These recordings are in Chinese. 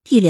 第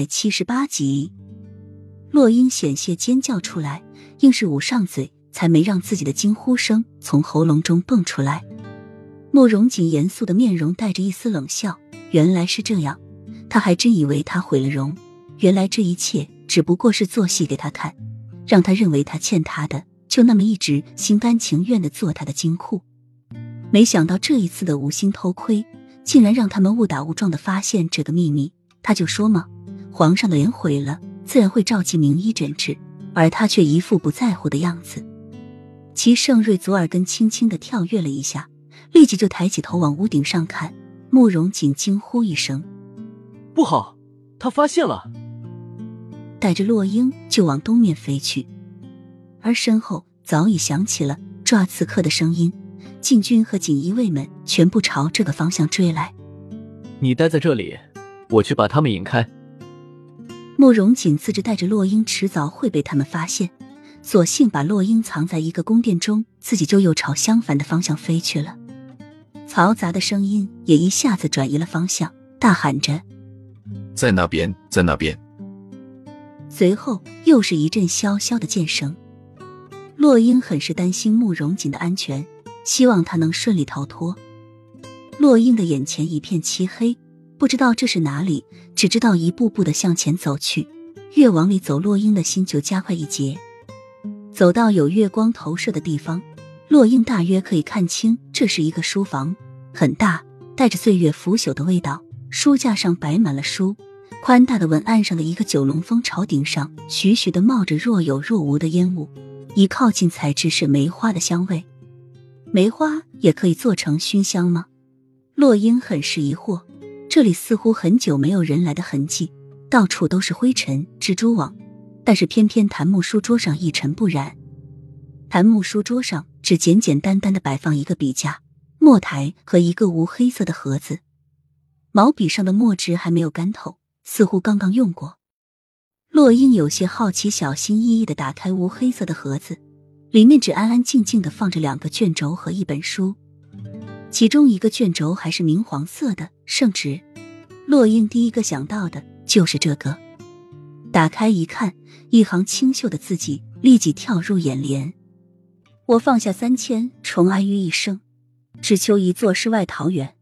278集。洛英险些尖叫出来，硬是捂上嘴，才没让自己的惊呼声从喉咙中蹦出来。慕容锦严肃的面容带着一丝冷笑，原来是这样，他还真以为他毁了容，原来这一切只不过是做戏给他看，让他认为他欠他的，就那么一直心甘情愿地做他的金库。没想到这一次的无心偷窥，竟然让他们误打误撞地发现这个秘密。他就说嘛，皇上的脸毁了，自然会召集名医诊治，而他却一副不在乎的样子。齐盛瑞左耳根轻轻地跳跃了一下，立即就抬起头往屋顶上看。慕容锦惊呼一声， 不好，他发现了！ 带着洛英就往东面飞去，而身后早已响起了抓刺客的声音，禁军和锦衣卫们全部朝这个方向追来。 你待在这里，我去把他们引开。 慕容锦自知带着洛英迟早会被他们发现，索性把洛英藏在一个宫殿中，自己就又朝相反的方向飞去了。嘈杂的声音也一下子转移了方向，大喊着在那边，在那边。 随后又是一阵萧萧的剑声。洛英很是担心慕容锦的安全，希望他能顺利逃脱。洛英的眼前一片漆黑，不知道这是哪里，只知道一步步的向前走去，越往里走，洛英的心就加快一截。走到有月光投射的地方，洛英大约可以看清这是一个书房，很大，带着岁月腐朽的味道。书架上摆满了书，宽大的文案上的一个九龙峰朝顶上徐徐地冒着若有若无的烟雾，一靠近才知是梅花的香味。梅花也可以做成熏香吗？洛英很是疑惑，这里似乎很久没有人来的痕迹，到处都是灰尘、蜘蛛网，但是偏偏檀木书桌上一尘不染。檀木书桌上只简简单单地摆放一个笔架、墨台和一个无黑色的盒子，毛笔上的墨汁还没有干透，似乎刚刚用过。洛英有些好奇，小心翼翼地打开无黑色的盒子，里面只安安静静地放着2个卷轴和一本书，其中一个卷轴还是明黄色的圣旨。洛英第一个想到的就是这个，打开一看，一行清秀的字迹立即跳入眼帘。我放下3000，宠爱于一生，只求一座世外桃源。